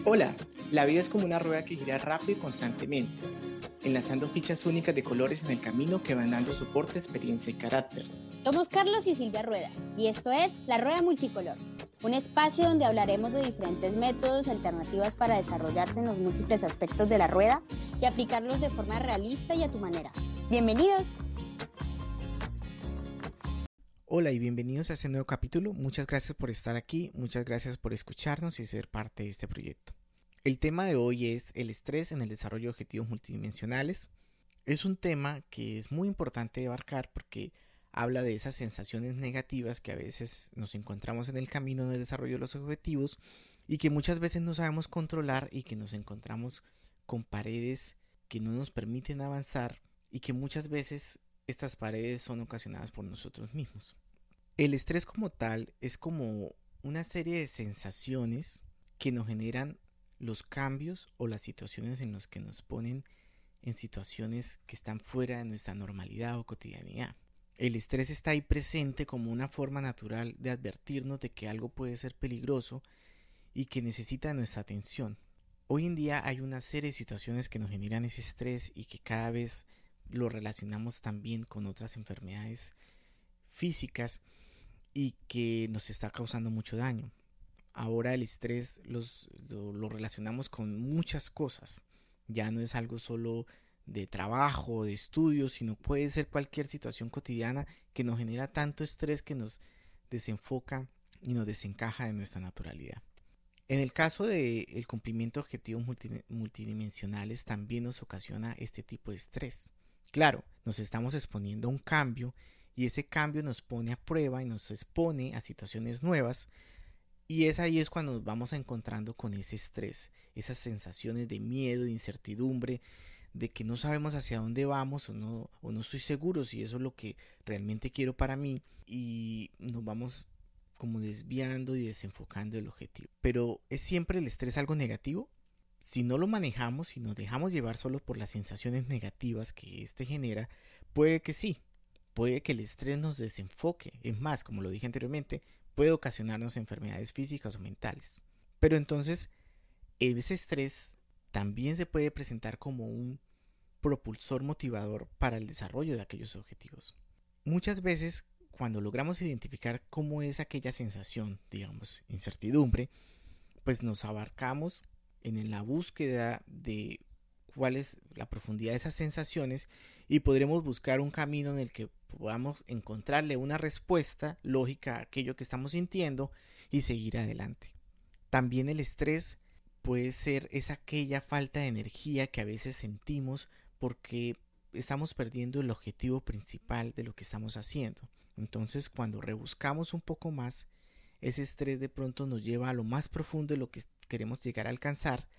Hola, la vida es como una rueda que gira rápido y constantemente, enlazando fichas únicas de colores en el camino que van dando soporte, experiencia y carácter. Somos Carlos y Silvia Rueda, y esto es La Rueda Multicolor, un espacio donde hablaremos de diferentes métodos, alternativas para desarrollarse en los múltiples aspectos de la rueda y aplicarlos de forma realista y a tu manera. ¡Bienvenidos! Hola y bienvenidos a este nuevo capítulo. Muchas gracias por estar aquí, muchas gracias por escucharnos y ser parte de este proyecto. El tema de hoy es el estrés en el desarrollo de objetivos multidimensionales. Es un tema que es muy importante de abarcar porque habla de esas sensaciones negativas que a veces nos encontramos en el camino del desarrollo de los objetivos y que muchas veces no sabemos controlar y que nos encontramos con paredes que no nos permiten avanzar y que muchas veces estas paredes son ocasionadas por nosotros mismos. El estrés como tal es como una serie de sensaciones que nos generan los cambios o las situaciones en las que nos ponen en situaciones que están fuera de nuestra normalidad o cotidianidad. El estrés está ahí presente como una forma natural de advertirnos de que algo puede ser peligroso y que necesita nuestra atención. Hoy en día hay una serie de situaciones que nos generan ese estrés y que cada vez lo relacionamos también con otras enfermedades físicas y que nos está causando mucho daño. Ahora el estrés lo relacionamos con muchas cosas. Ya no es algo solo de trabajo, de estudio, sino puede ser cualquier situación cotidiana que nos genera tanto estrés que nos desenfoca y nos desencaja de nuestra naturalidad. En el caso del cumplimiento de objetivos multidimensionales también nos ocasiona este tipo de estrés. Claro, nos estamos exponiendo a un cambio y ese cambio nos pone a prueba y nos expone a situaciones nuevas y ahí es cuando nos vamos encontrando con ese estrés, esas sensaciones de miedo, de incertidumbre, de que no sabemos hacia dónde vamos o no estoy seguro si eso es lo que realmente quiero para mí y nos vamos como desviando y desenfocando el objetivo. Pero ¿es siempre el estrés algo negativo? Si no lo manejamos, si nos dejamos llevar solo por las sensaciones negativas que este genera, puede que sí, puede que el estrés nos desenfoque. Es más, como lo dije anteriormente, puede ocasionarnos enfermedades físicas o mentales. Pero entonces, ese estrés también se puede presentar como un propulsor motivador para el desarrollo de aquellos objetivos. Muchas veces, cuando logramos identificar cómo es aquella sensación, digamos, incertidumbre, pues nos abarcamos en la búsqueda de cuál es la profundidad de esas sensaciones y podremos buscar un camino en el que podamos encontrarle una respuesta lógica a aquello que estamos sintiendo y seguir adelante. También el estrés puede ser aquella falta de energía que a veces sentimos porque estamos perdiendo el objetivo principal de lo que estamos haciendo. Entonces, cuando rebuscamos un poco más, ese estrés de pronto nos lleva a lo más profundo de lo que queremos llegar a alcanzar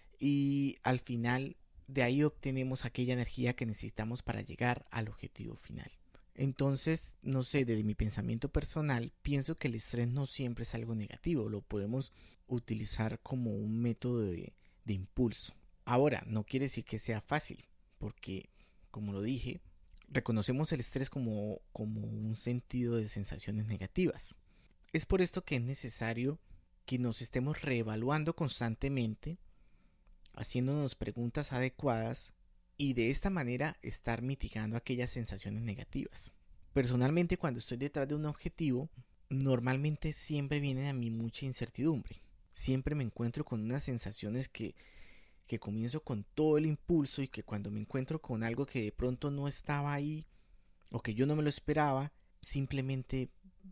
y al final de ahí obtenemos aquella energía que necesitamos para llegar al objetivo final. Entonces, no sé, desde mi pensamiento personal, pienso que el estrés no siempre es algo negativo, lo podemos utilizar como un método de impulso. Ahora, no quiere decir que sea fácil, porque, como lo dije, reconocemos el estrés como un sentido de sensaciones negativas. Es por esto que es necesario que nos estemos reevaluando constantemente, haciéndonos preguntas adecuadas y de esta manera estar mitigando aquellas sensaciones negativas. Personalmente, cuando estoy detrás de un objetivo, normalmente siempre viene a mí mucha incertidumbre. Siempre me encuentro con unas sensaciones que comienzo con todo el impulso y que cuando me encuentro con algo que de pronto no estaba ahí o que yo no me lo esperaba, simplemente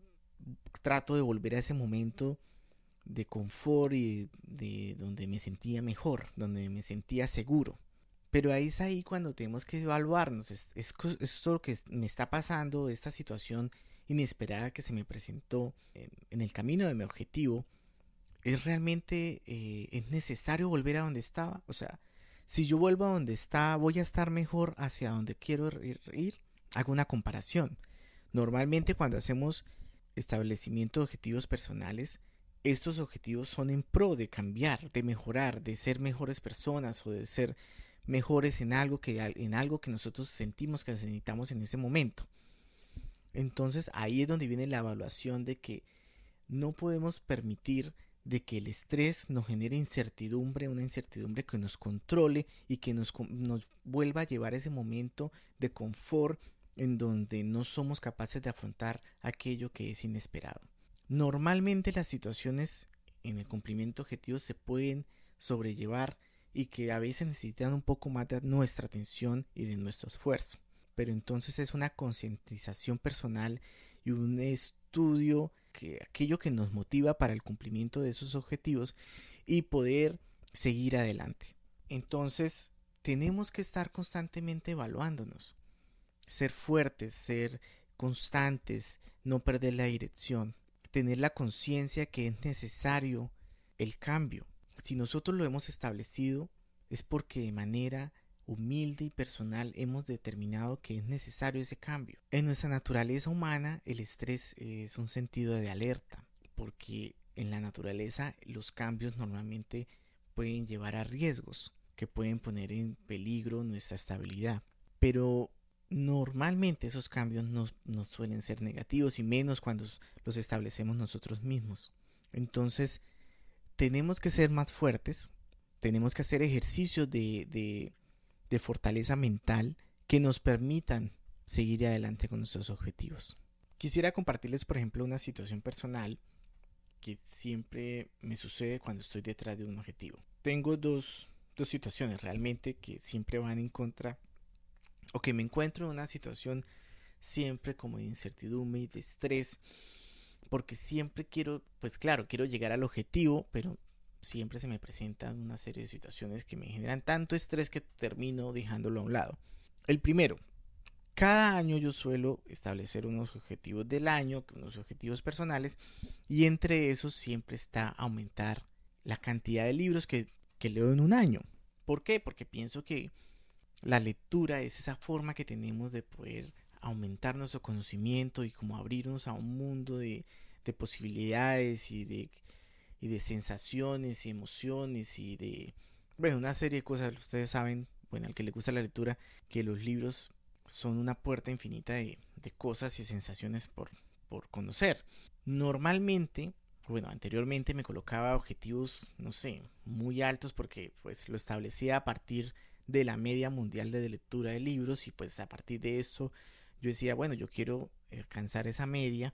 trato de volver a ese momento de confort y de donde me sentía mejor, donde me sentía seguro. Pero ahí es ahí cuando tenemos que evaluarnos. Esto lo que me está pasando, esta situación inesperada que se me presentó en el camino de mi objetivo, ¿es realmente es necesario volver a donde estaba? O sea, si yo vuelvo a donde estaba, ¿voy a estar mejor hacia donde quiero ir? Hago una comparación. Normalmente cuando hacemos establecimiento de objetivos personales, estos objetivos son en pro de cambiar, de mejorar, de ser mejores personas o de ser mejores en algo que nosotros sentimos que necesitamos en ese momento. Entonces ahí es donde viene la evaluación de que no podemos permitir de que el estrés nos genere incertidumbre, una incertidumbre que nos controle y que nos vuelva a llevar a ese momento de confort en donde no somos capaces de afrontar aquello que es inesperado. Normalmente las situaciones en el cumplimiento de objetivos se pueden sobrellevar y que a veces necesitan un poco más de nuestra atención y de nuestro esfuerzo. Pero entonces es una concientización personal y un estudio que aquello que nos motiva para el cumplimiento de esos objetivos y poder seguir adelante. Entonces tenemos que estar constantemente evaluándonos, ser fuertes, ser constantes, no perder la dirección, tener la conciencia que es necesario el cambio. Si nosotros lo hemos establecido es porque de manera humilde y personal hemos determinado que es necesario ese cambio. En nuestra naturaleza humana el estrés es un sentido de alerta, porque en la naturaleza los cambios normalmente pueden llevar a riesgos que pueden poner en peligro nuestra estabilidad. Pero normalmente esos cambios no suelen ser negativos y menos cuando los establecemos nosotros mismos. Entonces tenemos que ser más fuertes, tenemos que hacer ejercicios de fortaleza mental que nos permitan seguir adelante con nuestros objetivos. Quisiera compartirles, por ejemplo, una situación personal que siempre me sucede cuando estoy detrás de un objetivo. Tengo dos situaciones realmente que siempre van en contra, o que me encuentro en una situación siempre como de incertidumbre y de estrés, porque siempre quiero llegar al objetivo, pero siempre se me presentan una serie de situaciones que me generan tanto estrés que termino dejándolo a un lado. El primero, cada año yo suelo establecer unos objetivos del año, unos objetivos personales, y entre esos siempre está aumentar la cantidad de libros que leo en un año. ¿Por qué? Porque pienso que la lectura es esa forma que tenemos de poder aumentar nuestro conocimiento y como abrirnos a un mundo de posibilidades y de sensaciones y emociones y de una serie de cosas. Ustedes saben, al que le gusta la lectura, que los libros son una puerta infinita de cosas y sensaciones por conocer. Normalmente, anteriormente me colocaba objetivos, muy altos, porque pues lo establecía a partir de la media mundial de lectura de libros, y pues a partir de eso yo decía, yo quiero alcanzar esa media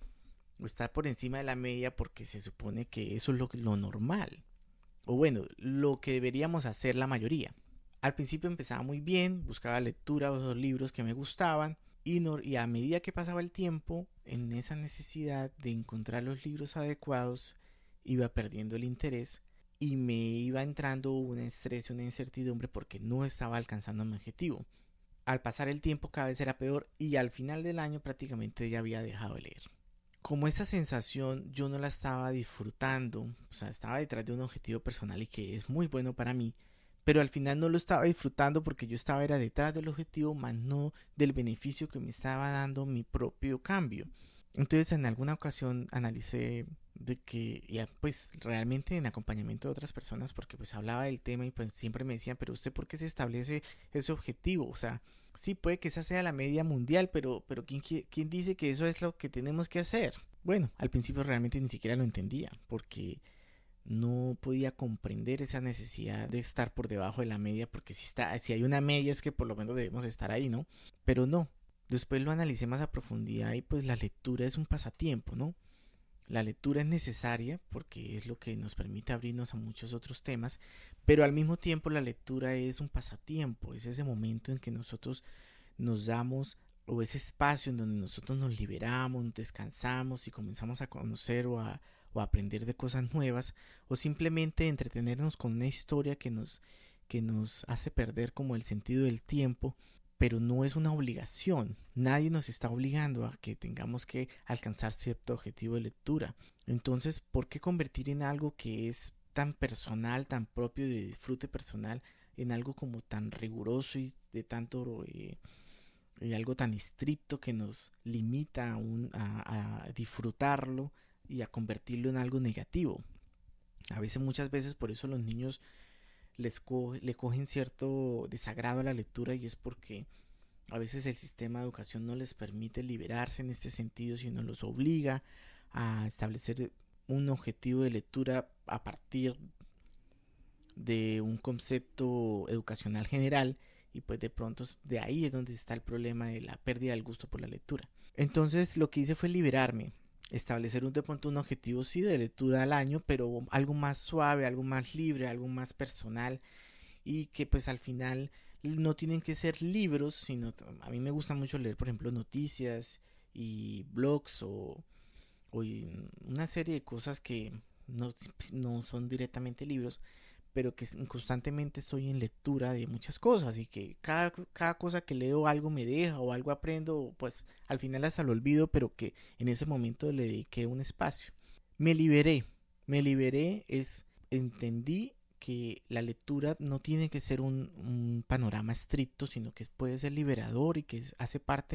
o estar por encima de la media, porque se supone que eso es lo normal, o lo que deberíamos hacer la mayoría. Al principio empezaba muy bien, buscaba lectura de los libros que me gustaban, y a medida que pasaba el tiempo, en esa necesidad de encontrar los libros adecuados, iba perdiendo el interés y me iba entrando un estrés y una incertidumbre porque no estaba alcanzando mi objetivo. Al pasar el tiempo cada vez era peor, y al final del año prácticamente ya había dejado de leer. Como esta sensación yo no la estaba disfrutando, estaba detrás de un objetivo personal y que es muy bueno para mí, pero al final no lo estaba disfrutando porque yo estaba detrás del objetivo, más no del beneficio que me estaba dando mi propio cambio. Entonces en alguna ocasión analicé de que ya pues realmente en acompañamiento de otras personas, porque pues hablaba del tema y pues siempre me decían, pero usted ¿por qué se establece ese objetivo? Sí, puede que esa sea la media mundial, pero ¿quién dice que eso es lo que tenemos que hacer? Al principio realmente ni siquiera lo entendía, porque no podía comprender esa necesidad de estar por debajo de la media, porque si hay una media es que por lo menos debemos estar ahí, ¿no? Pero no. Después lo analicé más a profundidad y pues la lectura es un pasatiempo, ¿no? La lectura es necesaria porque es lo que nos permite abrirnos a muchos otros temas, pero al mismo tiempo la lectura es un pasatiempo, es ese momento en que nosotros nos damos, o ese espacio en donde nosotros nos liberamos, descansamos y comenzamos a conocer o a aprender de cosas nuevas, o simplemente entretenernos con una historia que nos hace perder como el sentido del tiempo. Pero no es una obligación, nadie nos está obligando a que tengamos que alcanzar cierto objetivo de lectura. Entonces, ¿por qué convertir en algo que es tan personal, tan propio de disfrute personal, en algo como tan riguroso y de tanto algo tan estricto que nos limita a disfrutarlo y a convertirlo en algo negativo? Muchas veces por eso los niños le cogen cierto desagrado a la lectura, y es porque a veces el sistema de educación no les permite liberarse en este sentido, sino los obliga a establecer un objetivo de lectura a partir de un concepto educacional general, y pues de pronto de ahí es donde está el problema de la pérdida del gusto por la lectura. Entonces lo que hice fue liberarme, establecer de pronto un objetivo sí de lectura al año, pero algo más suave, algo más libre, algo más personal, y que pues al final no tienen que ser libros, sino a mí me gusta mucho leer, por ejemplo, noticias y blogs o una serie de cosas que no son directamente libros, pero que constantemente estoy en lectura de muchas cosas, y que cada cosa que leo algo me deja o algo aprendo, pues al final hasta lo olvido, pero que en ese momento le dediqué un espacio. Me liberé, entendí que la lectura no tiene que ser un panorama estricto, sino que puede ser liberador y que hace parte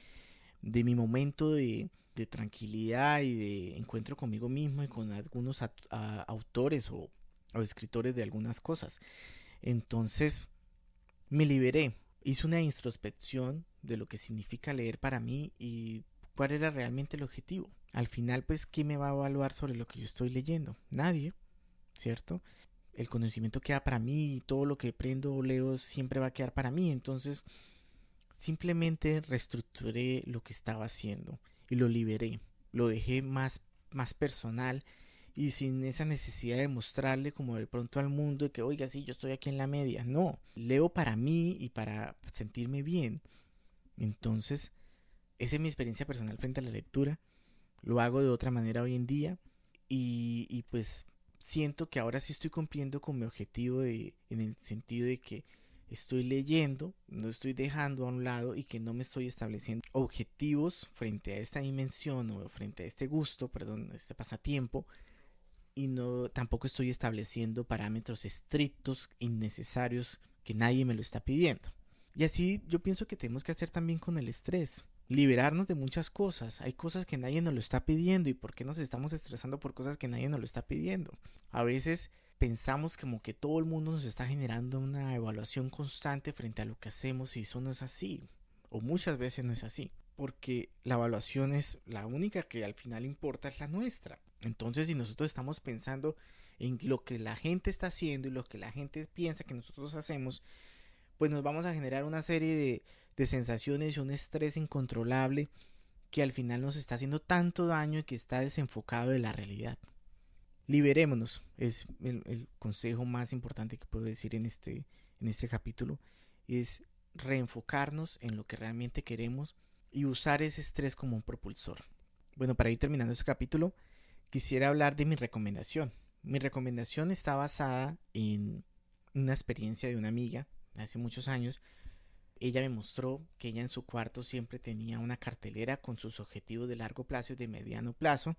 de mi momento de tranquilidad y de encuentro conmigo mismo y con algunos autores o escritores de algunas cosas. Entonces me liberé, hice una introspección de lo que significa leer para mí y cuál era realmente el objetivo. Al final, pues, ¿quién me va a evaluar sobre lo que yo estoy leyendo? Nadie, ¿cierto? El conocimiento queda para mí y todo lo que aprendo o leo siempre va a quedar para mí. Entonces simplemente reestructuré lo que estaba haciendo y lo liberé, lo dejé más personal y sin esa necesidad de mostrarle como de pronto al mundo de que, oiga, sí, yo estoy aquí en la media. No, leo para mí y para sentirme bien. Entonces, esa es mi experiencia personal frente a la lectura. Lo hago de otra manera hoy en día y pues siento que ahora sí estoy cumpliendo con mi objetivo en el sentido de que estoy leyendo, no estoy dejando a un lado y que no me estoy estableciendo objetivos frente a esta dimensión o frente a este gusto, perdón, este pasatiempo, y no tampoco estoy estableciendo parámetros estrictos innecesarios que nadie me lo está pidiendo. Y así yo pienso que tenemos que hacer también con el estrés, liberarnos de muchas cosas. Hay cosas que nadie nos lo está pidiendo, y por qué nos estamos estresando por cosas que nadie nos lo está pidiendo. A veces pensamos como que todo el mundo nos está generando una evaluación constante frente a lo que hacemos, y eso no es así, o muchas veces no es así, porque la evaluación es la única que al final importa, es la nuestra. Entonces, si nosotros estamos pensando en lo que la gente está haciendo y lo que la gente piensa que nosotros hacemos, pues nos vamos a generar una serie de sensaciones y un estrés incontrolable que al final nos está haciendo tanto daño y que está desenfocado de la realidad. Liberémonos, es el consejo más importante que puedo decir en este capítulo, es reenfocarnos en lo que realmente queremos y usar ese estrés como un propulsor. Bueno, para ir terminando este capítulo, quisiera hablar de mi recomendación. Mi recomendación está basada en una experiencia de una amiga hace muchos años. Ella me mostró que ella en su cuarto siempre tenía una cartelera con sus objetivos de largo plazo y de mediano plazo,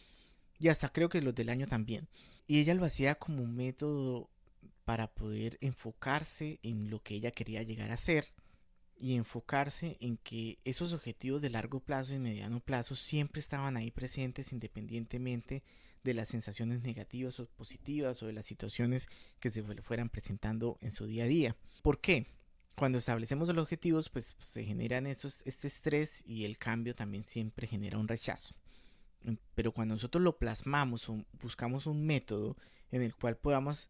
y hasta creo que los del año también. Y ella lo hacía como un método para poder enfocarse en lo que ella quería llegar a ser y enfocarse en que esos objetivos de largo plazo y mediano plazo siempre estaban ahí presentes, independientemente de las sensaciones negativas o positivas o de las situaciones que se fueran presentando en su día a día. ¿Por qué? Cuando establecemos los objetivos, pues se generan este estrés, y el cambio también siempre genera un rechazo. Pero cuando nosotros lo plasmamos o buscamos un método en el cual podamos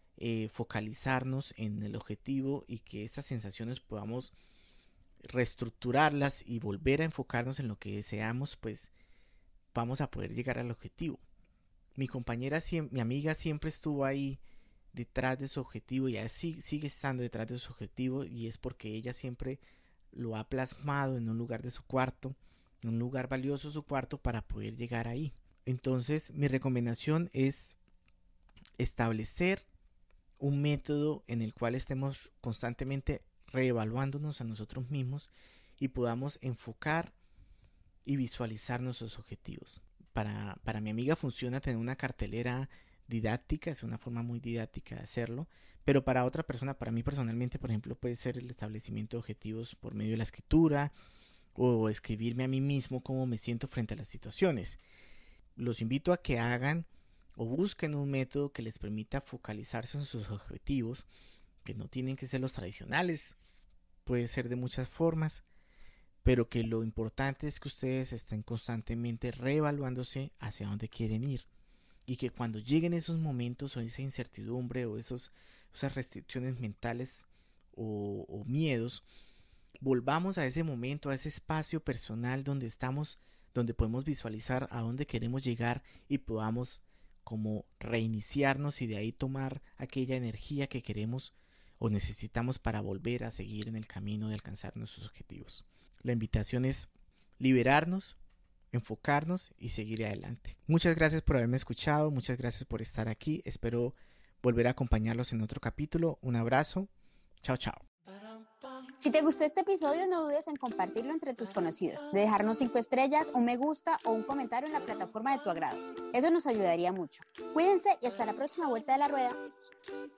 focalizarnos en el objetivo y que estas sensaciones podamos reestructurarlas y volver a enfocarnos en lo que deseamos, pues vamos a poder llegar al objetivo. Mi amiga siempre estuvo ahí detrás de su objetivo, y así sigue estando detrás de su objetivo, y es porque ella siempre lo ha plasmado en un lugar de su cuarto, en un lugar valioso de su cuarto, para poder llegar ahí. Entonces, mi recomendación es establecer un método en el cual estemos constantemente reevaluándonos a nosotros mismos y podamos enfocar y visualizar nuestros objetivos. Para mi amiga funciona tener una cartelera didáctica, es una forma muy didáctica de hacerlo, pero para otra persona, para mí personalmente, por ejemplo, puede ser el establecimiento de objetivos por medio de la escritura, o escribirme a mí mismo cómo me siento frente a las situaciones. Los invito a que hagan o busquen un método que les permita focalizarse en sus objetivos, que no tienen que ser los tradicionales, puede ser de muchas formas, pero que lo importante es que ustedes estén constantemente reevaluándose hacia dónde quieren ir. y que cuando lleguen esos momentos o esa incertidumbre o esas restricciones mentales o miedos, volvamos a ese momento, a ese espacio personal donde estamos, donde podemos visualizar a dónde queremos llegar y podamos como reiniciarnos y de ahí tomar aquella energía que queremos o necesitamos para volver a seguir en el camino de alcanzar nuestros objetivos. La invitación es liberarnos, enfocarnos y seguir adelante. Muchas gracias por haberme escuchado, muchas gracias por estar aquí. Espero volver a acompañarlos en otro capítulo. Un abrazo. Chao, chao. Si te gustó este episodio, no dudes en compartirlo entre tus conocidos, de dejarnos 5 estrellas, un me gusta o un comentario en la plataforma de tu agrado. Eso nos ayudaría mucho. Cuídense y hasta la próxima vuelta de la rueda.